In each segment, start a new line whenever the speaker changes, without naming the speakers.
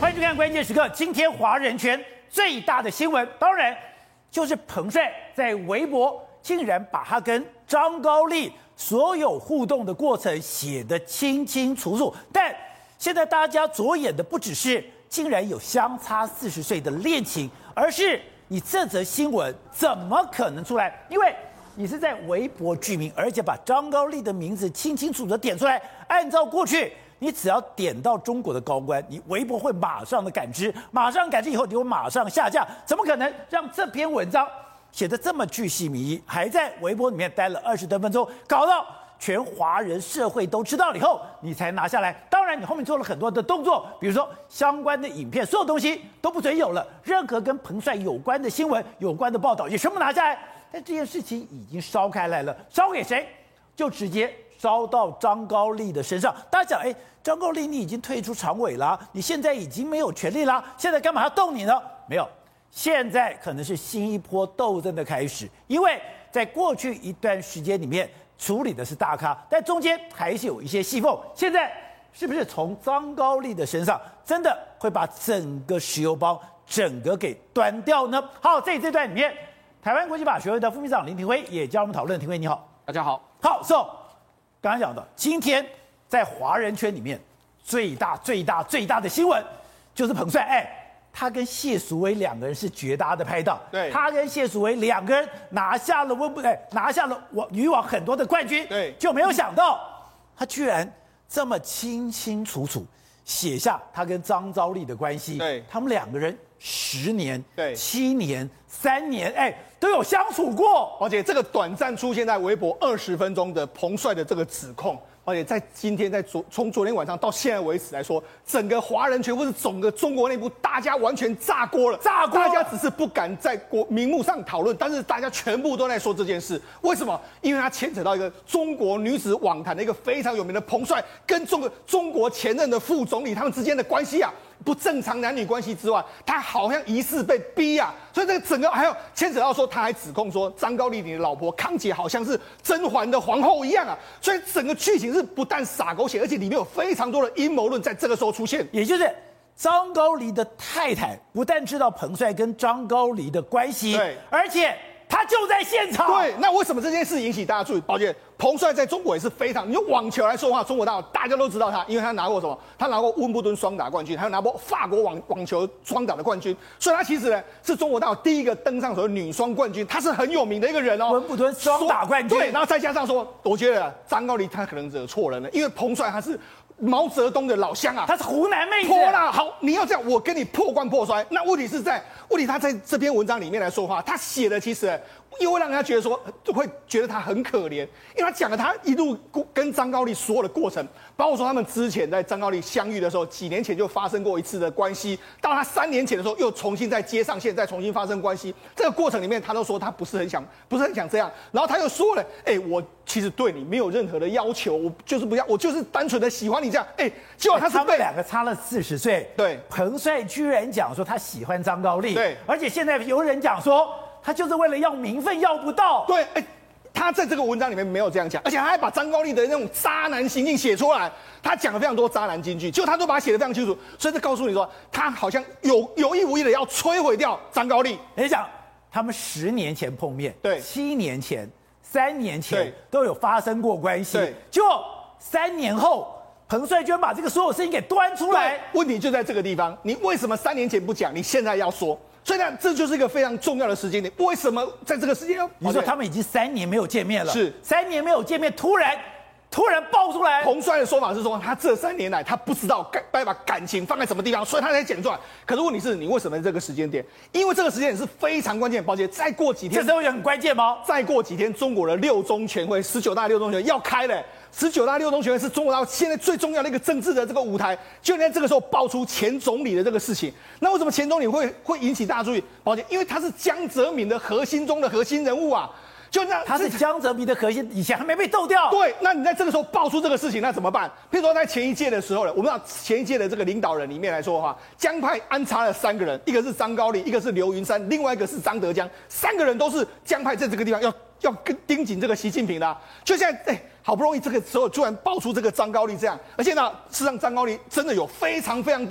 欢迎收看《关键时刻》。今天华人圈最大的新闻，当然就是彭帅在微博竟然把他跟张高丽所有互动的过程写得清清楚楚。但现在大家着眼的不只是竟然有相差40岁的恋情，而是你这则新闻怎么可能出来？因为你是在微博居民，而且把张高丽的名字清清楚楚的点出来。按照过去，你只要点到中国的高官，你微博会马上的感知，马上感知以后，你会马上下架。怎么可能让这篇文章写得这么巨细靡遗，还在微博里面待了20多分钟，搞到全华人社会都知道了以后，你才拿下来。当然，你后面做了很多的动作，比如说相关的影片，所有东西都不准有了，任何跟彭帅有关的新闻、有关的报道也全部拿下来。但这件事情已经烧开来了，烧给谁？就直接烧到张高丽的身上。大家讲，张高丽你已经退出常委了，你现在已经没有权利了，现在干嘛要动你呢？没有，现在可能是新一波斗争的开始，因为在过去一段时间里面处理的是大咖，但中间还是有一些细缝。现在是不是从张高丽的身上真的会把整个石油帮整个给端掉呢？好，在这段里面，台湾国际法学会的副秘书长林廷辉也加入我们讨论。廷辉你好。
大家好。
好 ，So 刚才讲的，今天在华人圈里面最大的新闻就是彭帅，他跟谢淑薇两个人是绝搭的拍档，
对，
他跟谢淑薇两个人拿下了女网很多的冠军，
对，
就没有想到他居然这么清清楚楚写下他跟张高丽的关系，
对，
他们两个人10年、
对
7年、3年，都有相处过。
而且这个短暂出现在微博20分钟的彭帅的这个指控，而且在今天从昨天晚上到现在为止来说，整个华人圈或是整个中国内部，大家完全炸锅了，大家只是不敢在明目上讨论，但是大家全部都在说这件事。为什么？因为它牵扯到一个中国女子网坛的一个非常有名的彭帅跟中国前任的副总理他们之间的关系啊。不正常男女关系之外，他好像疑似被逼啊，所以这个整个还有牵扯到说，他还指控说张高丽你的老婆康姐好像是甄嬛的皇后一样啊，所以整个剧情是不但洒狗血，而且里面有非常多的阴谋论在这个时候出现。
也就是张高丽的太太不但知道彭帅跟张高丽的关系，
对，
而且他就在现场。
对，那为什么这件事引起大家注意？抱歉，彭帅在中国也是非常，你用网球来说的话，中国大家都知道他，因为他拿过什么？他拿过温布顿双打冠军，还有拿过法国网球双打的冠军，所以他其实呢是中国大陆第一个登上所谓女双冠军，他是很有名的一个人哦。
温布顿双打冠军，
对，然后再加上说，我觉得张高丽他可能惹错人了，因为彭帅他是毛泽东的老乡啊，
他是湖南妹子。
泼辣，好，你要这样，我跟你破罐破摔。那问题他在这篇文章里面来说话，他写的其实又会让人家觉得说，就会觉得他很可怜，因为他讲了他一路跟张高丽所有的过程，包括说他们之前在张高丽相遇的时候，几年前就发生过一次的关系，到他3年前的时候又重新在接上线，再重新发生关系。这个过程里面，他都说他不是很想这样，然后他又说了，我其实对你没有任何的要求，我就是不要，我就是单纯的喜欢你这样，结果
他们两个差了40岁，
对，
彭帅居然讲说他喜欢张高丽，
对，
而且现在有人讲说他就是为了要名分要不到，
对，他在这个文章里面没有这样讲，而且他还把张高丽的那种渣男行径写出来，他讲了非常多渣男金句，结果他都把它写得非常清楚，所以这告诉你说，他好像有意无意的要摧毁掉张高丽。
你想，他们10年前碰面，
对
，7年前、3年前
对
都有发生过关系，
对，
就3年后，彭帅居然把这个所有事情给端出来，
问题就在这个地方，你为什么3年前不讲，你现在要说？所以呢，这就是一个非常重要的时间点。为什么在这个时间要？
你说他们已经3年没有见面了，
是
3年没有见面，突然爆出来。
彭帅的说法是说，他这3年来他不知道该把感情放在什么地方，所以他才讲出来。可是问题是你为什么在这个时间点？因为这个时间点是非常关键。抱歉，再过几天，
这时候也很关键吗？
再过几天，中国的6中全会，19大6中全会要开了。19大6中全会是中国大陆现在最重要的一个政治的这个舞台，就在这个时候爆出前总理的这个事情。那为什么前总理会引起大家注意？抱歉，因为他是江泽民的核心中的核心人物啊。就那
他是江泽民的核心，以前还没被斗掉。
对，那你在这个时候爆出这个事情，那怎么办？譬如说在前一届的时候呢，我们知道前一届的这个领导人里面来说的话，江派安插了3个人，一个是张高丽，一个是刘云山，另外一个是张德江，3个人都是江派在这个地方要盯紧这个习近平的、啊。就现在，好不容易这个时候突然爆出这个张高丽这样，而且呢，事实上张高丽真的有非常非常多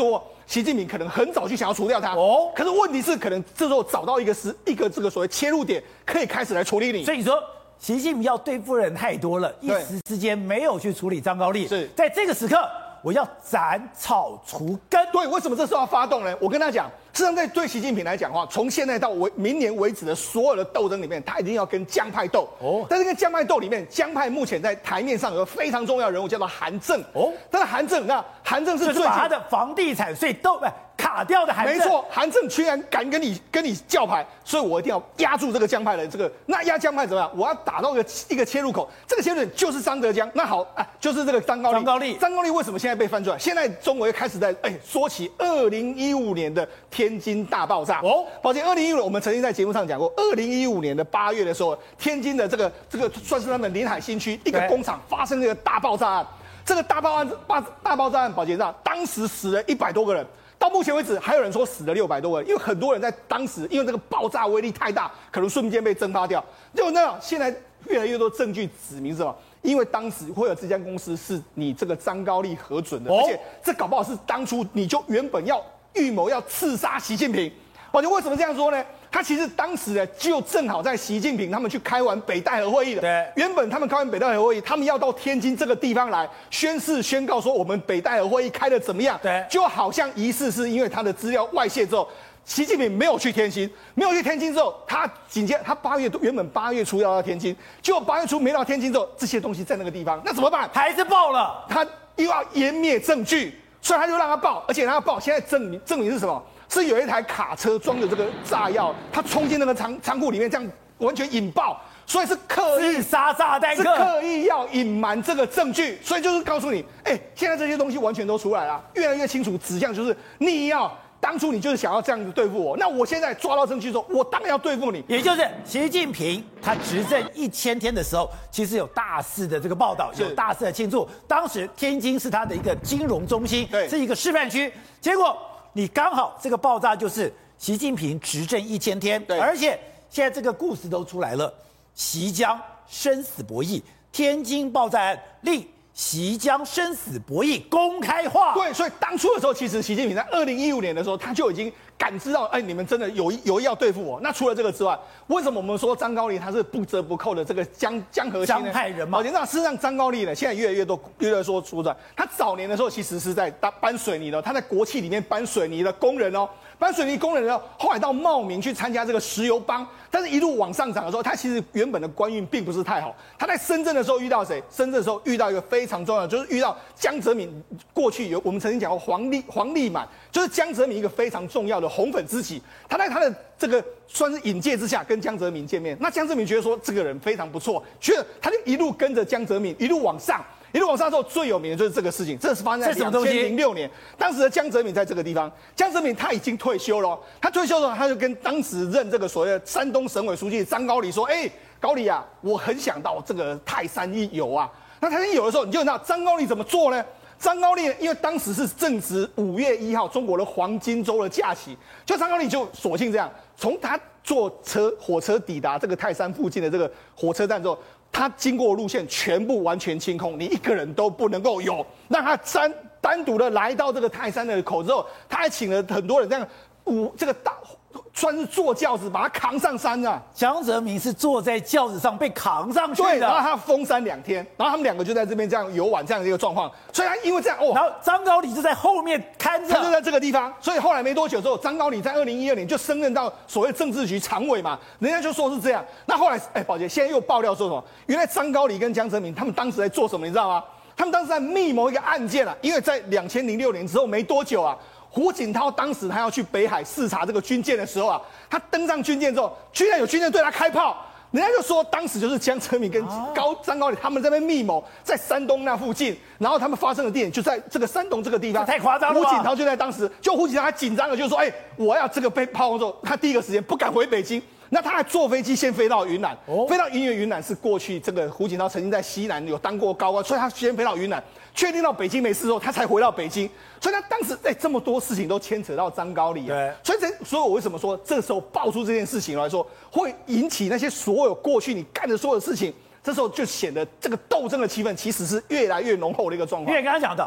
习近平可能很早就想要除掉他。
哦
可是问题是，可能这时候找到一个这个所谓切入点，可以开始来处理你。
所以你说习近平要对付人太多了，一时之间没有去处理张高丽。
是
在这个时刻，我要斩草除根。
对，为什么这时候要发动呢？我跟他讲，事实上对习近平来讲的话，从现在到明年为止的所有的斗争里面，他一定要跟江派斗。但是跟江派斗里面，江派目前在台面上有个非常重要的人物，叫做韩正。但是韩正是
就是把他的房地产税都卡掉的韩正。
没错，韩正居然敢跟你叫牌，所以我一定要压住这个江派的那压江派怎么样？我要打到一个切入口，这个切入点就是张德江。那好，就是这个张高丽。张高丽为什么现在被翻出来？现在中国又开始在说起2015年的天津大爆炸。抱歉，2015年我们曾经在节目上讲过，2015年的8月的时候，天津的这个算是他们临海新区一个工厂发生了一个大爆炸案。这个大爆炸案，保洁上当时死了100多个人。到目前为止，还有人说死了600多个人，因为很多人在当时因为这个爆炸威力太大，可能瞬间被蒸发掉。就现在越来越多证据指明什么？因为当时会有这家公司是你这个张高丽核准的，而且这搞不好是当初你就原本要预谋要刺杀习近平。宝杰为什么这样说呢？他其实当时呢，就正好在习近平他们去开完北戴河会议的。
对，
原本他们开完北戴河会议，他们要到天津这个地方来宣告说我们北戴河会议开得怎么样？
对，
就好像疑似是因为他的资料外泄之后，习近平没有去天津，之后，他紧接着他原本8月初要到天津，结果8月初没到天津之后，这些东西在那个地方，那怎么办？
还是爆了，
他又要湮灭证据，所以他就让他爆，而且他爆，现在证明是什么？是有一台卡车装着这个炸药，他冲进那个仓库里面，这样完全引爆，所以是刻意
自杀炸弹客，
是刻意要隐瞒这个证据，所以就是告诉你，现在这些东西完全都出来了，越来越清楚，指向就是当初你就是想要这样子对付我，那我现在抓到证据之后，我当然要对付你。
也就是习近平他执政1000天的时候，其实有大肆的这个报道，有大肆的庆祝。当时天津是他的一个金融中心，是一个示范区。结果你刚好这个爆炸就是习近平执政1000天，而且现在这个故事都出来了，习江生死博弈，天津爆炸案令习江生死博弈公开化。
对，所以当初的时候，其实习近平在2015年的时候，他就已经感知到，你们真的有意要对付我。那除了这个之外，为什么我们说张高丽他是不折不扣的这个江河
江派人马？
那事实上张高丽呢，现在越来越多说出来，他早年的时候其实是在搬水泥的，他在国企里面搬水泥的工人哦。搬水泥工人呢，后来到茂名去参加这个石油帮，但是一路往上涨的时候，他其实原本的官运并不是太好。他在深圳的时候遇到谁？深圳的时候遇到一个非常重要的，就是遇到江泽民。过去我们曾经讲过黄立满，就是江泽民一个非常重要的红粉知己。他在他的这个算是引荐之下跟江泽民见面，那江泽民觉得说这个人非常不错，觉得他就一路跟着江泽民一路往上。之后最有名的就是这个事情，这是发生在2006年。当时的江泽民在这个地方，江泽民他已经退休了。他退休了，他就跟当时任这个所谓的山东省委书记张高丽说：“高丽啊，我很想到这个泰山一游啊。”那泰山一游的时候，你就知道张高丽怎么做呢？张高丽因为当时是正值5月1号中国的黄金周的假期，就张高丽就索性这样，从他坐火车抵达这个泰山附近的这个火车站之后。他经过路线全部完全清空，你一个人都不能够有。让他单独的来到这个泰山的口之后，他还请了很多人这样算是坐轿子把他扛上山啊。
江泽民是坐在轿子上被扛上去的，
对，然后他封山2天，然后他们2个就在这边这样游玩这样的一个状况，所以他因为这样
然后张高丽就在后面看着，
他就在这个地方，所以后来没多久之后，张高丽在2012年就升任到所谓政治局常委嘛，人家就说是这样。那后来宝杰现在又爆料说什么？原来张高丽跟江泽民他们当时在做什么，你知道吗？他们当时在密谋一个案件啊，因为在2006年之后没多久啊。胡锦涛当时他要去北海视察这个军舰的时候啊，他登上军舰之后，居然有军舰对他开炮，人家就说当时就是江泽民跟张高丽他们在那边密谋，在山东那附近，然后他们发生的地点就在这个山东这个地方，
太夸张了吧。
胡锦涛就在当时，胡锦涛他紧张了，就说：“我要这个被炮轰之后，他第一个时间不敢回北京。”那他还坐飞机先飞到云南，飞到云南是过去这个胡锦涛曾经在西南有当过高官，所以他先飞到云南，确定到北京没事之后，他才回到北京。所以他当时这么多事情都牵扯到张高丽啊，所以我为什么说这个时候爆出这件事情来说，会引起那些所有过去你干的所有事情，这时候就显得这个斗争的气氛其实是越来越浓厚的一个状况。
因为刚刚讲到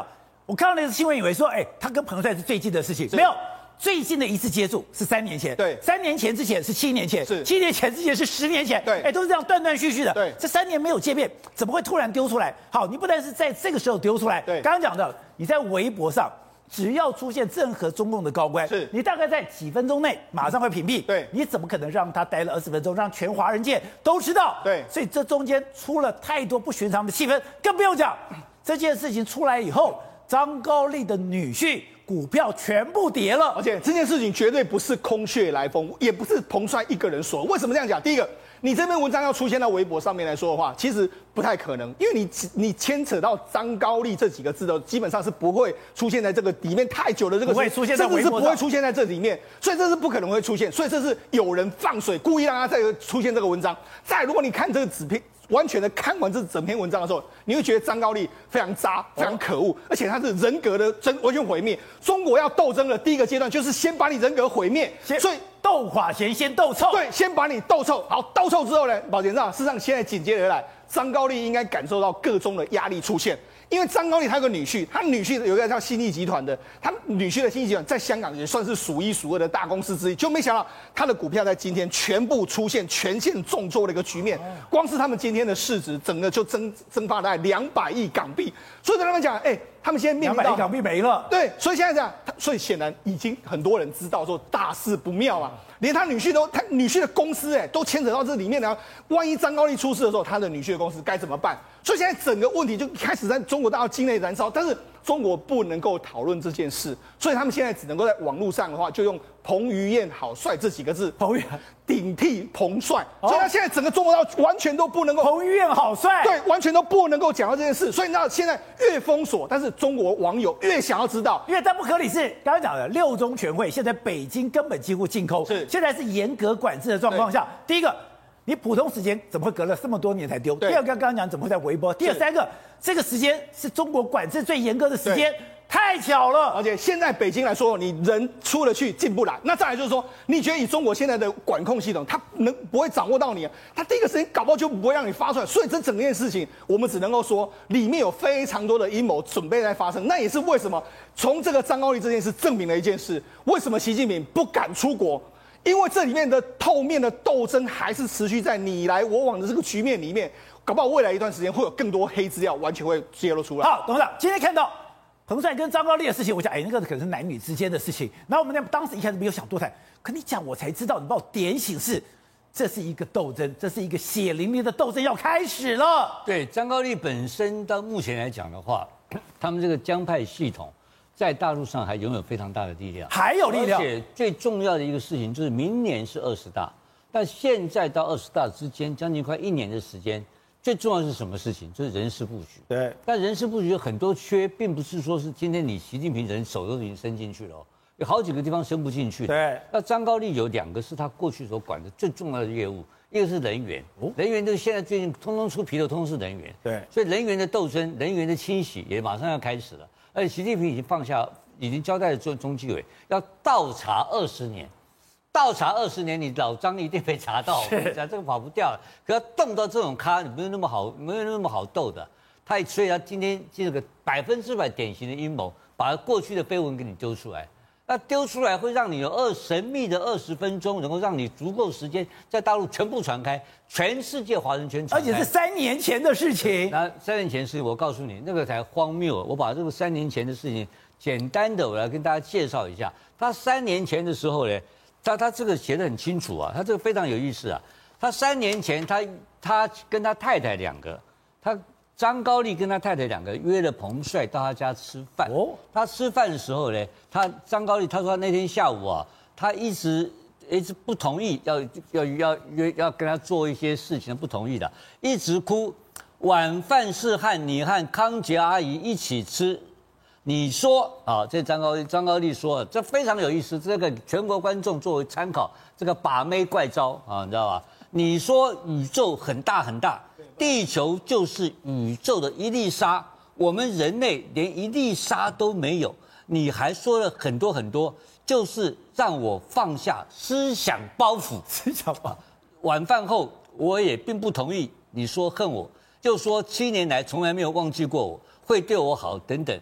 我看到那个新闻，以为说，他跟彭帅是最近的事情，没有。最近的一次接触是3年前，
对
，3年前之前是7年前，
是
7年前之前是10年前，
对，
都是这样断断续续的。
对，
这3年没有见面，怎么会突然丢出来？好，你不但是在这个时候丢出来，
对，
刚刚讲的，你在微博上只要出现任何中共的高官，
是
你大概在几分钟内马上会屏蔽，
对，
你怎么可能让他待了20分钟，让全华人界都知道？
对，
所以这中间出了太多不寻常的气氛，更不用讲这件事情出来以后，张高丽的女婿。股票全部跌了，
而且这件事情绝对不是空穴来风，也不是彭帅一个人说。为什么这样讲？第一个，你这篇文章要出现在微博上面来说的话，其实不太可能，因为你牵扯到张高丽这几个字的，基本上是不会出现在这个里面太久的这个，
不会出现在微博上，
甚至是不会出现在这里面，所以这是不可能会出现，所以这是有人放水，故意让他再出现这个文章。再，如果你看这个纸片。完全的看完这整篇文章的时候，你会觉得张高丽非常渣、非常可恶，而且他是人格的完全毁灭。中国要斗争的第一个阶段就是先把你人格毁灭，所以
斗垮嫌先斗臭。
对，先把你斗臭。好，斗臭之后呢，宝剑上事实上现在紧接而来，张高丽应该感受到各种的压力出现。因为张高丽他有个女婿，他女婿有一个叫信义集团的，他女婿的信义集团在香港也算是数1数2的大公司之一，就没想到他的股票在今天全部出现全线重挫的一个局面，光是他们今天的市值整个就蒸发大概200亿港币，所以对他们讲，他们现在面临到
200亿港币没了，
对，所以现在这样，所以显然已经很多人知道说大事不妙啊，连他女婿的公司都牵扯到这里面了，万一张高丽出事的时候，他的女婿的公司该怎么办？所以现在整个问题就开始在中国大陆境内燃烧，但是中国不能够讨论这件事，所以他们现在只能够在网络上的话，就用彭于晏好帅这几个字，
彭于
顶替彭帅，所以他现在整个中国大陆完全都不能够
彭于晏好帅，
对，完全都不能够讲到这件事，所以你知道现在越封锁，但是中国网友越想要知道，
因为但不可理是刚刚讲的6中全会，现在北京根本几乎禁空，
是
现在是严格管制的状况下，第一个。你普通时间怎么会隔了这么多年才丢？第二个刚刚讲怎么会在微博？第三个这个时间是中国管制最严格的时间，太巧了。
而且现在北京来说，你人出得去进不来。那再来就是说，你觉得以中国现在的管控系统，它不会掌握到你，它第一个时间搞不好就不会让你发出来。所以这整件事情，我们只能够说里面有非常多的阴谋准备在发生。那也是为什么从这个张高丽这件事证明了一件事：为什么习近平不敢出国？因为这里面的透面的斗争还是持续在你来我往的这个局面里面，搞不好未来一段时间会有更多黑资料完全会揭露出来。
好，董事长，今天看到彭帅跟张高丽的事情，我想，那个可能是男女之间的事情。然后我们当时一开始没有想多谈，可你讲我才知道，你把我点醒是，这是一个斗争，这是一个血淋淋的斗争要开始了。
对，张高丽本身到目前来讲的话，他们这个江派系统。在大陆上还拥有非常大的力量，
还有力量。
而且最重要的一个事情就是明年是20大，但现在到20大之间将近快1年的时间，最重要的是什么事情？就是人事布局。
对，
但人事布局有很多缺，并不是说是今天你习近平人手都已经伸进去了，有好几个地方伸不进去。
对，
那张高丽有2个是他过去所管的最重要的业务，一个是人员，人员就是现在最近通通出皮头，通通是人员。
对，
所以人员的斗争、人员的清洗也马上要开始了。而且习近平已经交代了中纪委要倒查20年，倒查20年，你老张一定被查到。我跟你讲，这个跑不掉了。可要动到这种咖，你没有那么好斗的。所以他今天这个100%典型的阴谋，把过去的绯闻给你丢出来。那丢出来会让你有神秘的20分钟，能够让你足够时间在大陆全部传开，全世界华人圈传开，
而且是3年前的事情。
那3年前的事情，我告诉你，那个才荒谬。我把这个3年前的事情简单的我来跟大家介绍一下。他3年前的时候呢，他这个写得很清楚啊，他这个非常有意思啊。他3年前他跟他太太2个，张高丽跟他太太2个约了彭帅到他家吃饭。他吃饭的时候呢，张高丽他说他那天下午啊，他一直不同意要跟他做一些事情，不同意的，一直哭。晚饭是和你和康杰阿姨一起吃。你说啊，这张高丽说，这非常有意思，这个全国观众作为参考，这个把妹怪招啊，你知道吧？你说宇宙很大很大。地球就是宇宙的一粒沙，我们人类连一粒沙都没有。你还说了很多很多，就是让我放下思想包袱。
思想包袱。
晚饭后，我也并不同意你说恨我，就说7年来从来没有忘记过我，会对我好等等。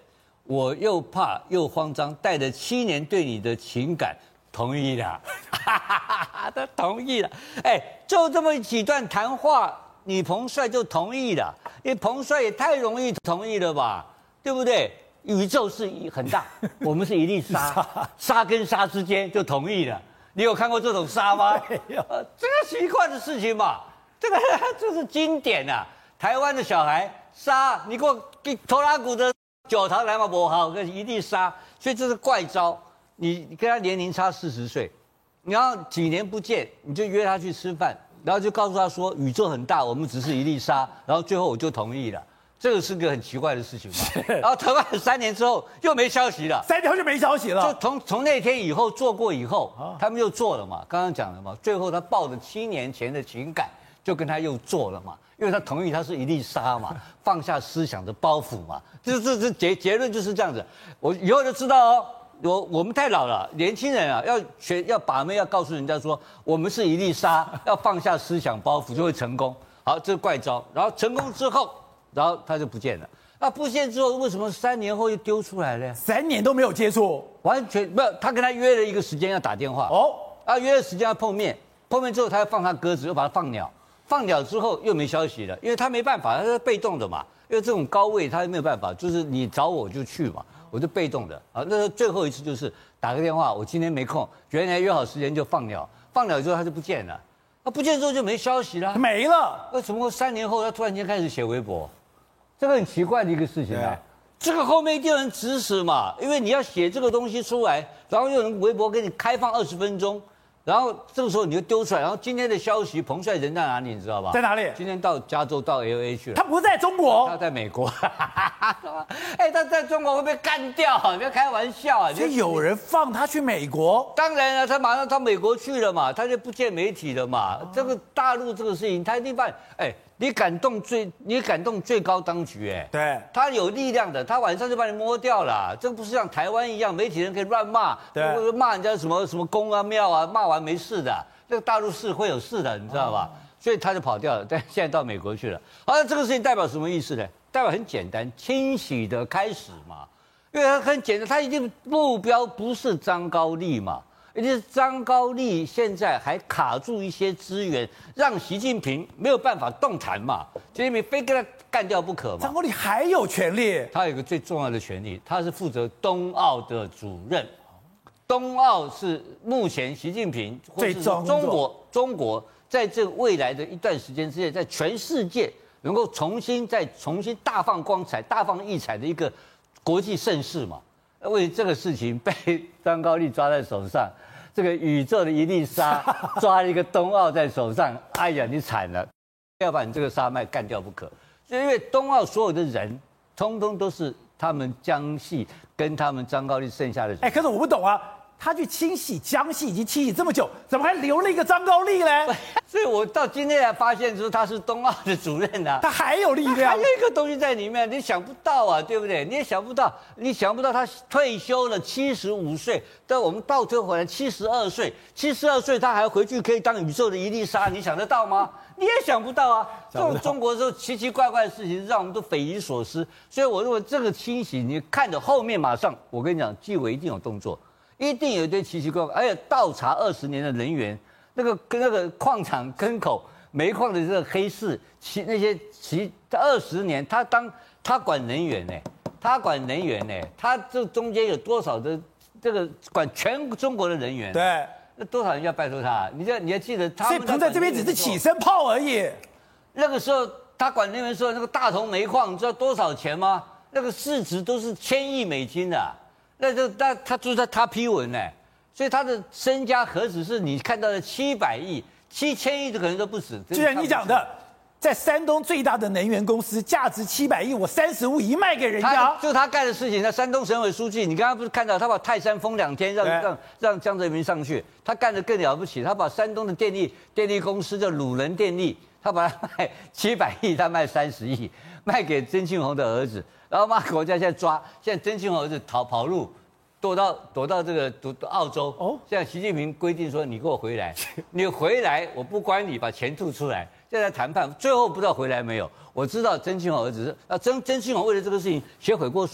我又怕又慌张，带着7年对你的情感，同意了，他同意了。哎，就这么几段谈话，你彭帅就同意了，因为彭帅也太容易同意了吧，对不对？宇宙是很大，我们是一粒沙，沙跟沙之间就同意了。你有看过这种沙吗？这个奇怪的事情嘛，这是经典啊。台湾的小孩沙，你给拖拉骨的9堂来嘛不好，跟一粒沙，所以这是怪招。你跟他年龄差40岁，你要几年不见，你就约他去吃饭，然后就告诉他说宇宙很大，我们只是一粒沙，然后最后我就同意了。这个是个很奇怪的事情嘛。然后谈完3年之后又没消息了
，3年后就没消息了。
就从那天以后做过以后，他们又做了嘛。刚刚讲了嘛，最后他抱着7年前的情感，就跟他又做了嘛。因为他同意他是一粒沙嘛，放下思想的包袱嘛。这结论就是这样子。我以后就知道哦。我们太老了，年轻人啊，要把妹，要告诉人家说我们是一粒沙，要放下思想包袱就会成功。好，这是怪招。然后成功之后。然后他就不见了。那不见之后，为什么3年后又丢出来了
？3年都没有接触，
完全不。他跟他约了一个时间要打电话约了时间要碰面，碰面之后他要放他鸽子，又把他放鸟，放鸟之后又没消息了，因为他没办法，他是被动的嘛。因为这种高位他没有办法，就是你找我就去嘛，我就被动的啊。那最后一次就是打个电话，我今天没空，原来约好时间就放鸟，放鸟之后他就不见了，不见之后就没消息了，
没了。
为什么3年后他突然间开始写微博？这个很奇怪的一个事情啊，这个后面一定有人指使嘛，因为你要写这个东西出来，然后有人微博给你开放20分钟，然后这个时候你就丢出来，然后今天的消息，彭帅人在哪里，你知道吧？
在哪里？
今天到加州，到 LA 去了。
他不在中国，
他在美国。哎，他在中国会被干掉，不要开玩笑啊！
就有人放他去美国，
当然了，他马上到美国去了嘛，他就不见媒体了嘛。这个大陆这个事情，他一定办。哎。你感动最高当局，哎，
对，
他有力量的，他晚上就把你摸掉了。这个不是像台湾一样，媒体人可以乱骂，
对，
骂人家什么宫啊庙啊，骂完没事的。这个大陆是会有事的，你知道吧？所以他就跑掉了，但现在到美国去了。好，这个事情代表什么意思呢？代表很简单，清洗的开始嘛。因为他很简单，他一定目标不是张高丽嘛。也就是张高丽现在还卡住一些资源，让习近平没有办法动弹嘛。习近平非跟他干掉不可嘛。
张高丽还有权利，
他有一个最重要的权利，他是负责冬奥的主任。冬奥是目前习近平或是中国在这未来的一段时间之内，在全世界能够重新大放光彩、大放异彩的一个国际盛事嘛。为这个事情被张高丽抓在手上。这个宇宙的一粒沙抓了一个冬奥在手上，哎呀，你惨了，要把你这个沙脉干掉不可。就因为冬奥所有的人，通通都是他们江系跟他们张高丽剩下的人。
哎，可是我不懂啊，他去清洗江系已经清洗这么久，怎么还留了一个张高丽呢？
所以我到今天才发现，说他是冬奥的主任啊，
他还有力量，
还有一个东西在里面，你想不到啊，对不对？你也想不到，他退休了75岁，但我们倒推回来72岁，72岁他还回去可以当宇宙的一粒沙，你想得到吗？你也想不到啊！这种中国这种奇奇怪怪的事情，让我们都匪夷所思。所以我认为这个清洗，你看着后面马上，我跟你讲，纪委一定有动作。一定有一堆奇奇怪怪，而且倒查20年的人员，那个矿场坑口煤矿的这个黑市，20年他管人员呢，他这中间有多少的这个管全中国的人员？
对，
那多少人要拜托他？你还记得他们？
所以彭在这边只是起身炮而已。
那个时候他管人员的时候，那个大同煤矿你知道多少钱吗？那个市值都是1000亿美金的。那他就是他批文呢，所以他的身家何止是你看到的700亿、7000亿的可能都不止。
就像你讲的，在山东最大的能源公司，价值700亿，我35亿卖给人家，
就他干的事情。那山东省委书记，你刚刚不是看到他把泰山封2天，让江泽民上去，他干得更了不起，他把山东的电力公司叫鲁能电力，他把它卖700亿，他卖30亿，卖给曾庆红的儿子。然后国家现在抓，现在曾庆红儿子跑路，躲到这个澳洲。哦，现在习近平规定说，你给我回来，你回来我不管你，把钱吐出来。现在谈判，最后不知道回来没有。我知道曾庆红儿子曾庆红为了这个事情写悔过书，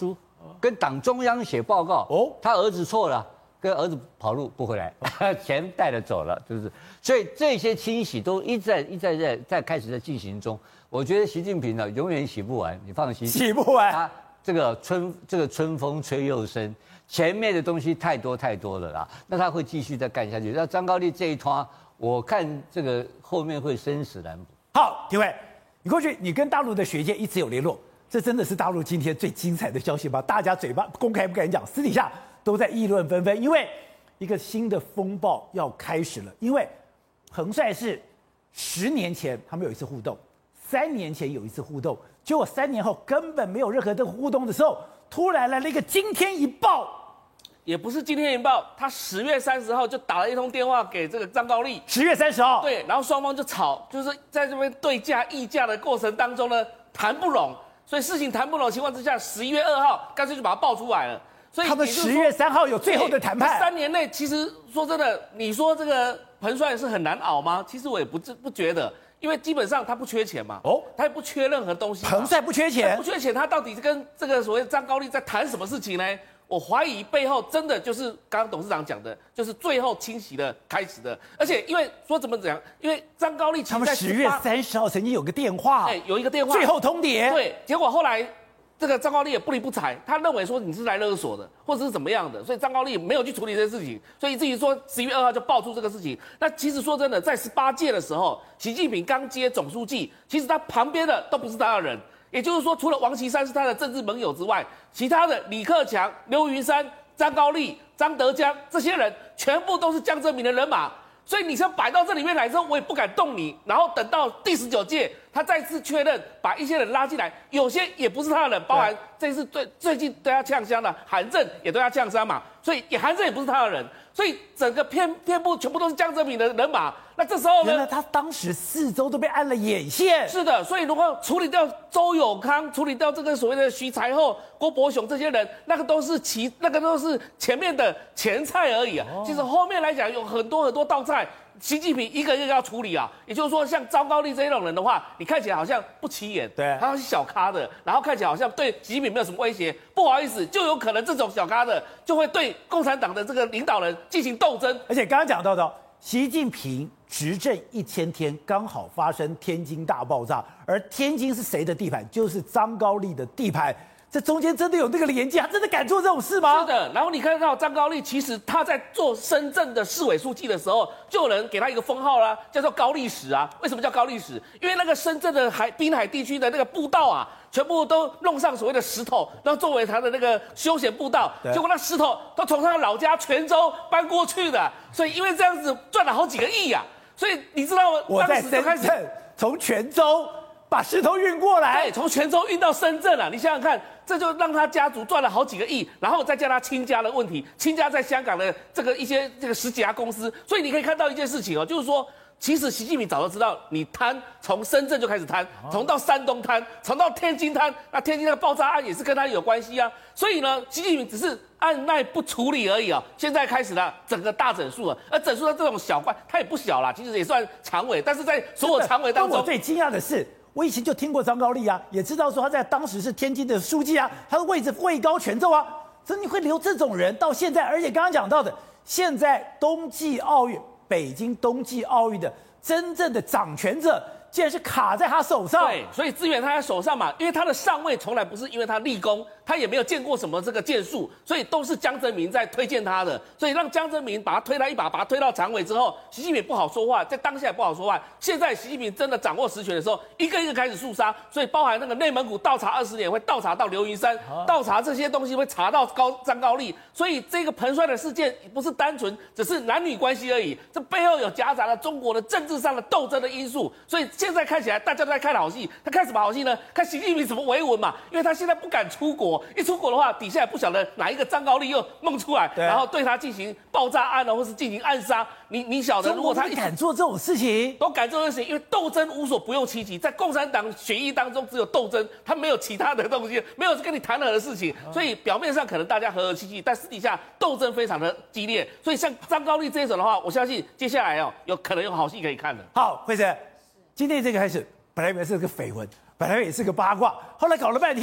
跟党中央写报告。他儿子错了，跟儿子跑路不回来，钱带着走了，就是。所以这些清洗都一再在开始在进行中。我觉得习近平呢，永远洗不完，你放心。
洗不完。
他这个春风吹又生，前面的东西太多了啦。那他会继续再干下去。那张高丽这一摊，我看这个后面会生死难卜。
好，廷伟，你过去你跟大陆的学界一直有联络，这真的是大陆今天最精彩的消息吧？大家嘴巴公开不敢讲，私底下都在议论纷纷，因为一个新的风暴要开始了。因为彭帅是10年前他们有一次互动，3年前有一次互动，结果3年后根本没有任何的互动的时候，突然来了一个惊天一爆。
也不是今天一报，他10月30号就打了一通电话给这个张高丽。
10月30号，
对，然后双方就吵，就是在这边对价议价的过程当中呢，谈不拢，所以事情谈不拢的情况之下，11月2号干脆就把它爆出来了。所以
他们10月3号有最后的谈判。
3年内，其实说真的，你说这个彭帅是很难熬吗？其实我也不觉得。因为基本上他不缺钱嘛，他也不缺任何东西。
彭帅不缺钱，
不缺钱，他到底跟这个所谓张高丽在谈什么事情呢？我怀疑背后真的就是刚刚董事长讲的，就是最后清洗的开始的。而且因为说怎么讲，因为张高丽
他们10月30号曾经有个电话，
有一个电话，
最后通牒。
对，结果后来这个张高丽也不理不睬，他认为说你是来勒索的，或者是怎么样的，所以张高丽没有去处理这些事情，所以至于说11月2号就爆出这个事情。那其实说真的，在18届的时候，习近平刚接总书记，其实他旁边的都不是他的人。也就是说，除了王岐山是他的政治盟友之外，其他的李克强、刘云山、张高丽、张德江这些人，全部都是江泽民的人马。所以你像摆到这里面来之后，我也不敢动你。然后等到第19届，他再次确认，把一些人拉进来，有些也不是他的人，包含这次最近对他呛香的韩正也对他呛香嘛，所以韩正也不是他的人。所以整个遍布全部都是江泽民的人马。那这时候呢？
原来他当时4周都被按了眼线。
是的，所以如果处理掉周永康，处理掉这个所谓的徐才厚、郭伯雄这些人，那个都是前面的前菜而已啊。其实后面来讲有很多道菜。习近平一个一个要处理啊，也就是说，像张高丽这种人的话，你看起来好像不起眼，
对，
他是小咖的，然后看起来好像对习近平没有什么威胁。不好意思，就有可能这种小咖的就会对共产党的这个领导人进行斗争。
而且刚刚讲到的，习近平执政1000天，刚好发生天津大爆炸，而天津是谁的地盘？就是张高丽的地盘。这中间真的有那个连接，他真的敢做这种事吗？
是的。然后你看到张高丽，其实他在做深圳的市委书记的时候，就有人给他一个封号啦，叫做高力史啊。为什么叫高力史？因为那个深圳的滨海地区的那个步道啊，全部都弄上所谓的石头，然后作为他的那个休闲步道。结果那石头都从他的老家泉州搬过去的，所以因为这样子赚了好几个亿啊。所以你知道
我在深圳从泉州把石头运过来，
对，从泉州运到深圳了。你想想看，这就让他家族赚了好几个亿，然后再加他亲家的问题，亲家在香港的一些10几家公司，所以你可以看到一件事情哦，就是说，其实习近平早就知道，你贪从深圳就开始贪，从到山东贪，从到天津贪，那天津那个爆炸案也是跟他有关系啊。所以呢，习近平只是按耐不处理而已啊。现在开始了整个大整数了，而整数的这种小官，他也不小啦，其实也算常委，但是在所有常委当中，
我最惊讶的是。我以前就听过张高丽啊，也知道说他在当时是天津的书记啊，他的位置位高权重啊，所以你会留这种人到现在，而且刚刚讲到的，现在冬季奥运，北京冬季奥运的真正的掌权者，竟然是卡在他手上。
对，所以资源他在手上嘛，因为他的上位从来不是因为他立功，他也没有见过什么这个建树，所以都是江泽民在推荐他的，所以让江泽民把他推他一把，把他推到常委之后，习近平不好说话，在当下也不好说话。现在习近平真的掌握实权的时候，一个一个开始肃杀，所以包含那个内蒙古倒查20年会倒查到刘云山，倒查这些东西会查到张高丽，所以这个彭帅的事件不是单纯只是男女关系而已，这背后有夹杂了中国的政治上的斗争的因素，所以现在看起来大家都在看好戏，他看什么好戏呢？看习近平怎么维稳嘛，因为他现在不敢出国，一出国的话，底下也不晓得哪一个张高丽又弄出来，然后对他进行爆炸案或是进行暗杀。你晓得，如果他
敢做这种事情，
都敢做这种事情，因为斗争无所不用其极，在共产党血液当中只有斗争，他没有其他的东西，没有跟你谈何的事情，所以表面上可能大家和和气气，但私底下斗争非常的激烈。所以像张高丽这一种的话，我相信接下来有可能有好戏可以看的。
好，慧珍，今天这个开始本来以为是个绯闻，本来也是个八卦，后来搞了半天，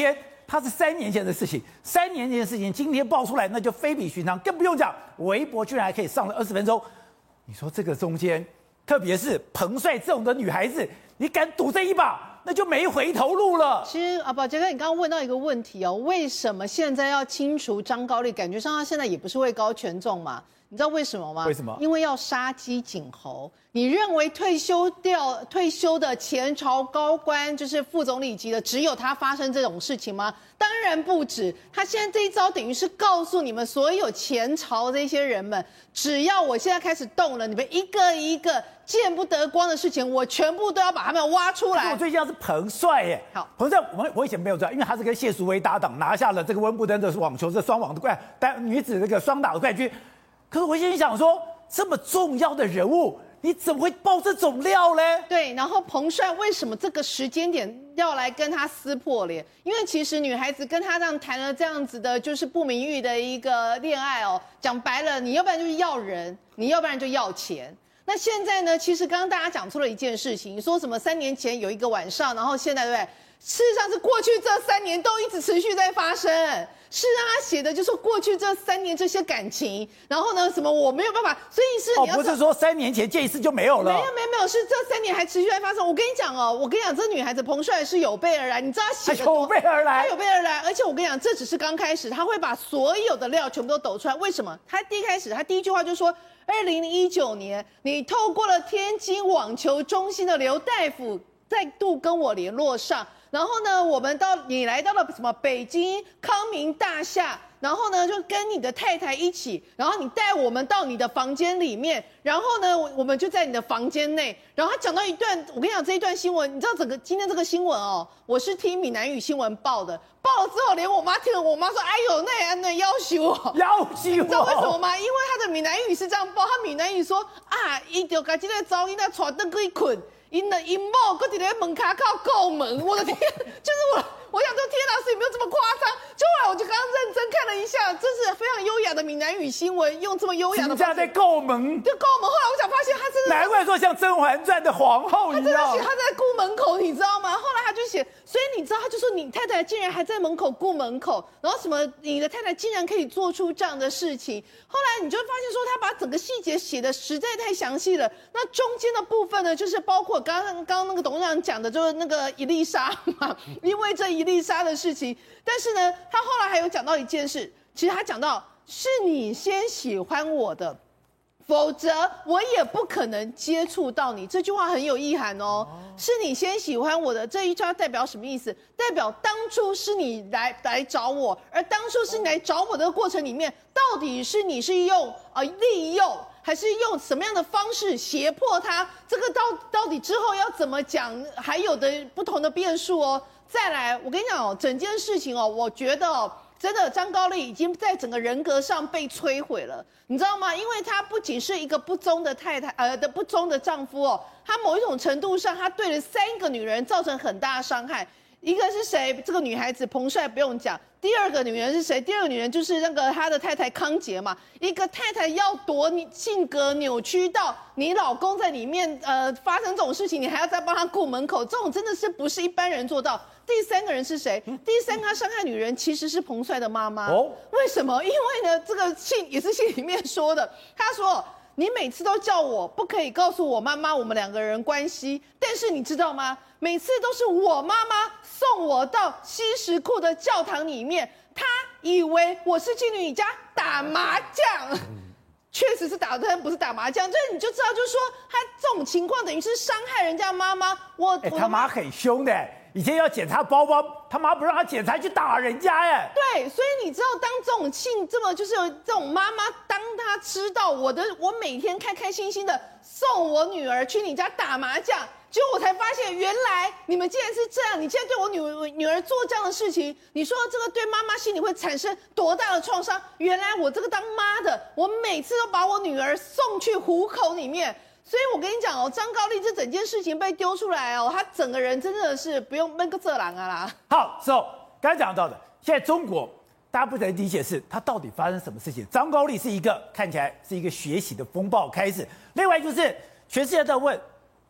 它是3年前的事情，3年前的事情今天爆出来，那就非比寻常，更不用讲，微博居然还可以上了20分钟。你说这个中间，特别是彭帅这种的女孩子，你敢赌这一把，那就没回头路了。
其实宝杰哥，你刚刚问到一个问题哦，为什么现在要清除张高丽？感觉上他现在也不是位高权重嘛。你知道为什么吗？
为什么？
因为要杀鸡儆猴。你认为退休的前朝高官，就是副总理级的，只有他发生这种事情吗？当然不止。他现在这一招等于是告诉你们所有前朝这些人们，只要我现在开始动了，你们一个一个见不得光的事情，我全部都要把他们挖出来。
我最近是彭帅耶，
好，
彭帅我以前没有知道，因为他是跟谢淑薇搭档，拿下了这个温布顿的网球这双网的女子这个双打的冠军。可是我心里想说，这么重要的人物，你怎么会爆这种料呢？
对，然后彭帅为什么这个时间点要来跟他撕破脸？因为其实女孩子跟他这样谈了这样子的，就是不名誉的一个恋爱哦。讲白了，你要不然就是要人，你要不然就要钱。那现在呢？其实刚刚大家讲出了一件事情，说什么3年前有一个晚上，然后现在对不对？事实上是过去这3年都一直持续在发生。是啊，他写的就是过去这3年这些感情，然后呢，什么我没有办法，所以是你要
不是说3年前见一次就没有了，
没有，是这3年还持续在发生。我跟你讲哦，这女孩子彭帅是有备而来，你知道他写的
有备而来，
而且我跟你讲，这只是刚开始，他会把所有的料全部都抖出来。为什么？他第一句话就说，2019年你透过了天津网球中心的刘大夫再度跟我联络上。然后呢，你来到了什么北京康明大厦，然后呢就跟你的太太一起，然后你带我们到你的房间里面，然后呢我们就在你的房间内，然后他讲到一段，我跟你讲这一段新闻，你知道今天这个新闻哦，我是听闽南语新闻报的，报了之后连我妈听了，我妈说哎呦那要求我，你知道为什么吗？因为他的闽南语是这样报，他闽南语说啊，伊就把这个噪音带带登去困。因的阴谋，搁在门卡靠够门，我的天，就是我想说天哪，是有没有这么夸张？就后来我就刚刚认真看了一下，这是非常优雅的闽南语新闻，用这么优雅的方式。人
家在够门，
就够门。后来我想发现他真的，
难怪说像《甄嬛传》的皇后一样，
他真的写他在顾门口，你知道吗？后来他就写，所以你知道，他就说你太太竟然还在门口顾门口，然后什么你的太太竟然可以做出这样的事情。后来你就发现说，他把整个细节写的实在太详细了。那中间的部分呢，就是包括刚刚那个董事长讲的，就是那个伊丽莎嘛，因为这伊丽莎的事情。但是呢，他后来还有讲到一件事，其实他讲到是你先喜欢我的，否则我也不可能接触到你。这句话很有意涵哦，是你先喜欢我的这一句话代表什么意思？代表当初是你来找我，而当初是你来找我的过程里面，到底是你是用利诱，还是用什么样的方式胁迫他？这个到底之后要怎么讲？还有的不同的变数哦。再来，我跟你讲哦，整件事情哦，我觉得哦，真的张高丽已经在整个人格上被摧毁了，你知道吗？因为她不仅是一个不忠的不忠的丈夫哦，她某一种程度上，她对了3个女人造成很大的伤害。一个是谁？这个女孩子彭帅不用讲。第二个女人是谁？第二个女人就是那个他的太太康杰嘛。一个太太要多性格扭曲到你老公在里面发生这种事情，你还要再帮他顾门口，这种真的是不是一般人做到。第3个人是谁？第3个他伤害女人其实是彭帅的妈妈。哦，为什么？因为呢，这个信也是信里面说的，他说。你每次都叫我不可以告诉我妈妈我们2个人关系，但是你知道吗？每次都是我妈妈送我到西什库的教堂里面，她以为我是去你家打麻将，确实是打的，但不是打麻将，就是你就知道，就是说她这种情况等于是伤害人家妈妈。
他妈很凶的。以前要检查包包，他妈不让他检查，去打人家耶。
对，所以你知道，当这种这么就是这种妈妈，当她知道我每天开开心心的送我女儿去你家打麻将，结果我才发现，原来你们竟然是这样，你竟然对我女儿做这样的事情，你说这个对妈妈心里会产生多大的创伤？原来我这个当妈的，我每次都把我女儿送去虎口里面。所以我跟你讲哦，张高丽这整件事情被丢出来哦，他整个人真的是不用闷个这狼啊啦。
好，刚才讲到的，现在中国大家不能理解是它到底发生什么事情。张高丽是一个看起来是一个学习的风暴开始，另外就是全世界在问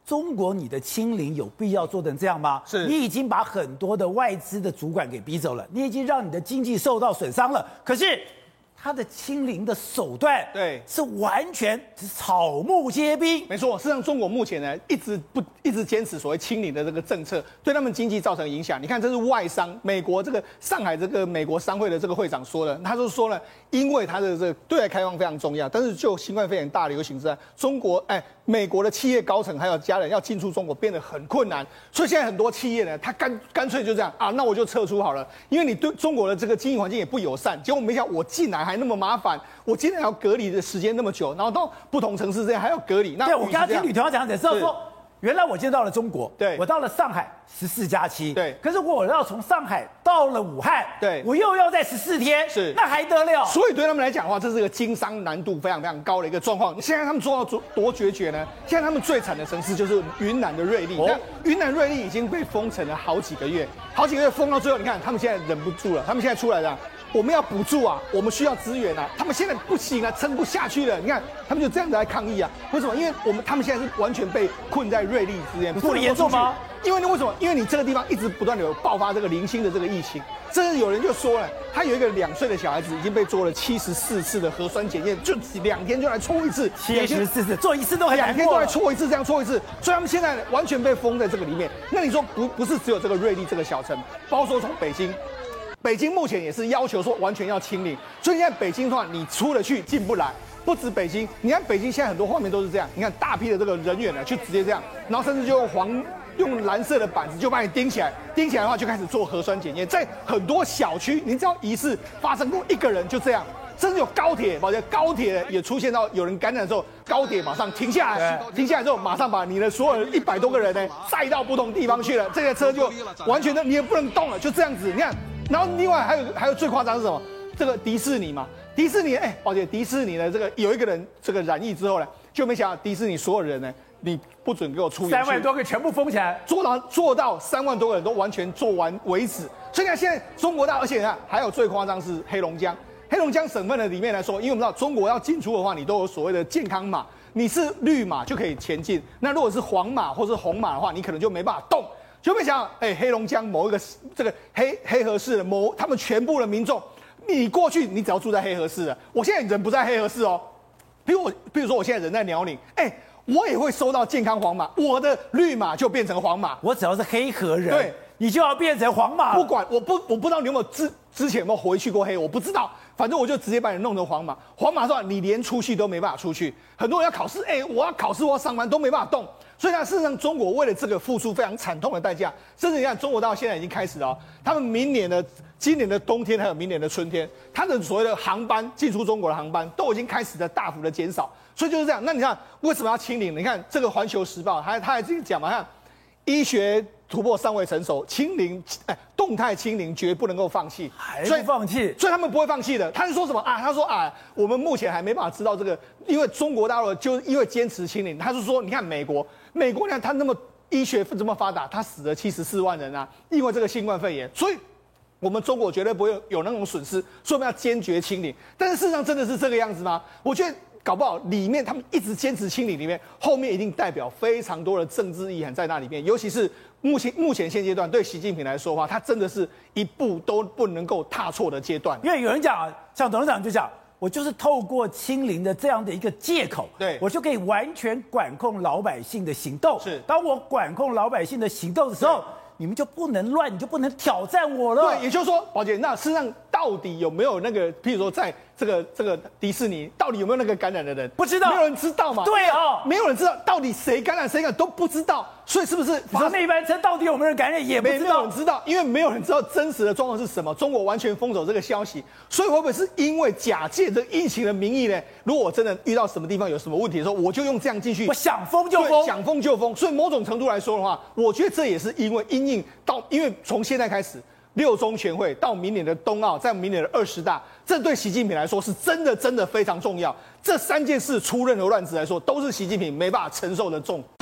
中国你的清零有必要做成这样吗？
是
你已经把很多的外资的主管给逼走了，你已经让你的经济受到损伤了。可是他的清零的手段，
对，
是完全是草木皆兵。
没错，事实上中国目前呢一直坚持所谓清零的这个政策，对他们经济造成影响。你看，这是外商美国这个上海这个美国商会的这个会长说的，他就说了，因为他的这个对外开放非常重要，但是就新冠肺炎大流行之外，美国的企业高层还有家人要进出中国变得很困难，所以现在很多企业呢，他干脆就这样啊，那我就撤出好了，因为你对中国的这个经营环境也不友善，结果没想到我进来还那么麻烦，我今天还要隔离的时间那么久，然后到不同城市这样还要隔离。那
对，我刚刚听吕团长讲，知道说，原来我今天到了中国，
对，
我到了上海14+7，
对，
可是我要从上海到了武汉，
对，
我又要在14天，
是，
那还得了？
所以对他们来讲的话，这是个经商难度非常非常高的一个状况。现在他们做到多决绝呢？现在他们最惨的城市就是云南的瑞丽，那云南瑞丽已经被封城了好几个月，封到最后，你看他们现在忍不住了，他们现在出来了。我们要补助啊，我们需要资源啊，他们现在不行啊，撑不下去了。你看，他们就这样子来抗议啊。为什么？因为他们现在是完全被困在瑞丽之间，
不严重吗？
因为为什么？因为你这个地方一直不断的有爆发这个零星的这个疫情，甚至有人就说了，他有一个2岁的小孩子已经被做了74次的核酸检验，就2天就来抽一次
，74次做一次都很难过，2
天都来抽一次，这样抽一次，所以他们现在完全被封在这个里面。那你说不是只有这个瑞丽这个小城，包括说从北京目前也是要求说完全要清零，所以现在北京的话，你出得去进不来。不止北京，你看北京现在很多画面都是这样，你看大批的这个人员呢，就直接这样，然后甚至就用蓝色的板子就把你钉起来，钉起来的话就开始做核酸检验，在很多小区，你只要疑似发生过一个人就这样。甚至有高铁也出现到有人感染的时候，高铁马上停下来，停下来之后马上把你的所有100多个人呢载到不同地方去了，这些车就完全的你也不能动了，就这样子，你看。然后另外还有最夸张是什么？这个迪士尼嘛，迪士尼宝姐，迪士尼的这个有一个人这个染疫之后呢，就没想到迪士尼所有人呢，你不准给我出园
，3万多个全部封起来，
做到3万多个人都完全做完为止。所以看现在中国大，而且你看还有最夸张是黑龙江省份的里面来说，因为我们知道中国要进出的话，你都有所谓的健康码，你是绿码就可以前进，那如果是黄码或是红码的话，你可能就没办法动。就没想到，黑龙江某一个这个黑河市的他们全部的民众，你过去你只要住在黑河市的，我现在人不在黑河市哦，比如说我现在人在辽宁，我也会收到健康黄码，我的绿码就变成黄码，
我只要是黑河人，
对，
你就要变成黄码。
不管我不知道你有没有之前有没有回去过黑，我不知道，反正我就直接把你弄成黄码。黄码的话，你连出去都没办法出去。很多人要考试，我要考试，我要上班都没办法动。所以呢，事实上中国为了这个付出非常惨痛的代价，甚至你看中国到现在已经开始了，他们今年的冬天还有明年的春天，它的所谓的航班进出中国的航班都已经开始在大幅的减少。所以就是这样。那你看为什么要清零？你看这个《环球时报》他还自己讲嘛，看医学突破尚未成熟，动态清零绝不能够放弃，
还不放弃，
所以他们不会放弃的。他是说什么啊？他说我们目前还没办法知道这个，因为中国大陆就因为坚持清零，他是说你看美国你看他那么医学这么发达，他死了74万人啊，因为这个新冠肺炎，所以我们中国绝对不会有那种损失，所以我们要坚决清零。但是事实上真的是这个样子吗？我觉得搞不好里面他们一直坚持清零，里面后面一定代表非常多的政治意涵在那里面，尤其是目前现阶段对习近平来说的话，他真的是一步都不能够踏错的阶段。
因为有人讲，像董事长就讲，我就是透过清零的这样的一个借口，
对
我就可以完全管控老百姓的行动。
是，
当我管控老百姓的行动的时候，你们就不能乱，你就不能挑战我了。
对，也就是说，宝姐，那事实上到底有没有那个，譬如说在这个迪士尼，到底有没有那个感染的人？
不知道，
没有人知道嘛。
对哦，
没有人知道到底谁感染都不知道。所以是不是
你说那班车到底有没有人感染也不知道？
没有人知道，因为没有人知道真实的状况是什么。中国完全封锁这个消息，所以会不会是因为假借这疫情的名义呢？如果我真的遇到什么地方有什么问题的时候，我就用这样进去，
我想封就封，
想封就封。所以某种程度来说的话，我觉得这也是因为因为从现在开始，6中全会到明年的冬奥，在明年的20大，这对习近平来说是真的非常重要。这3件事出任何乱子来说，都是习近平没办法承受的重。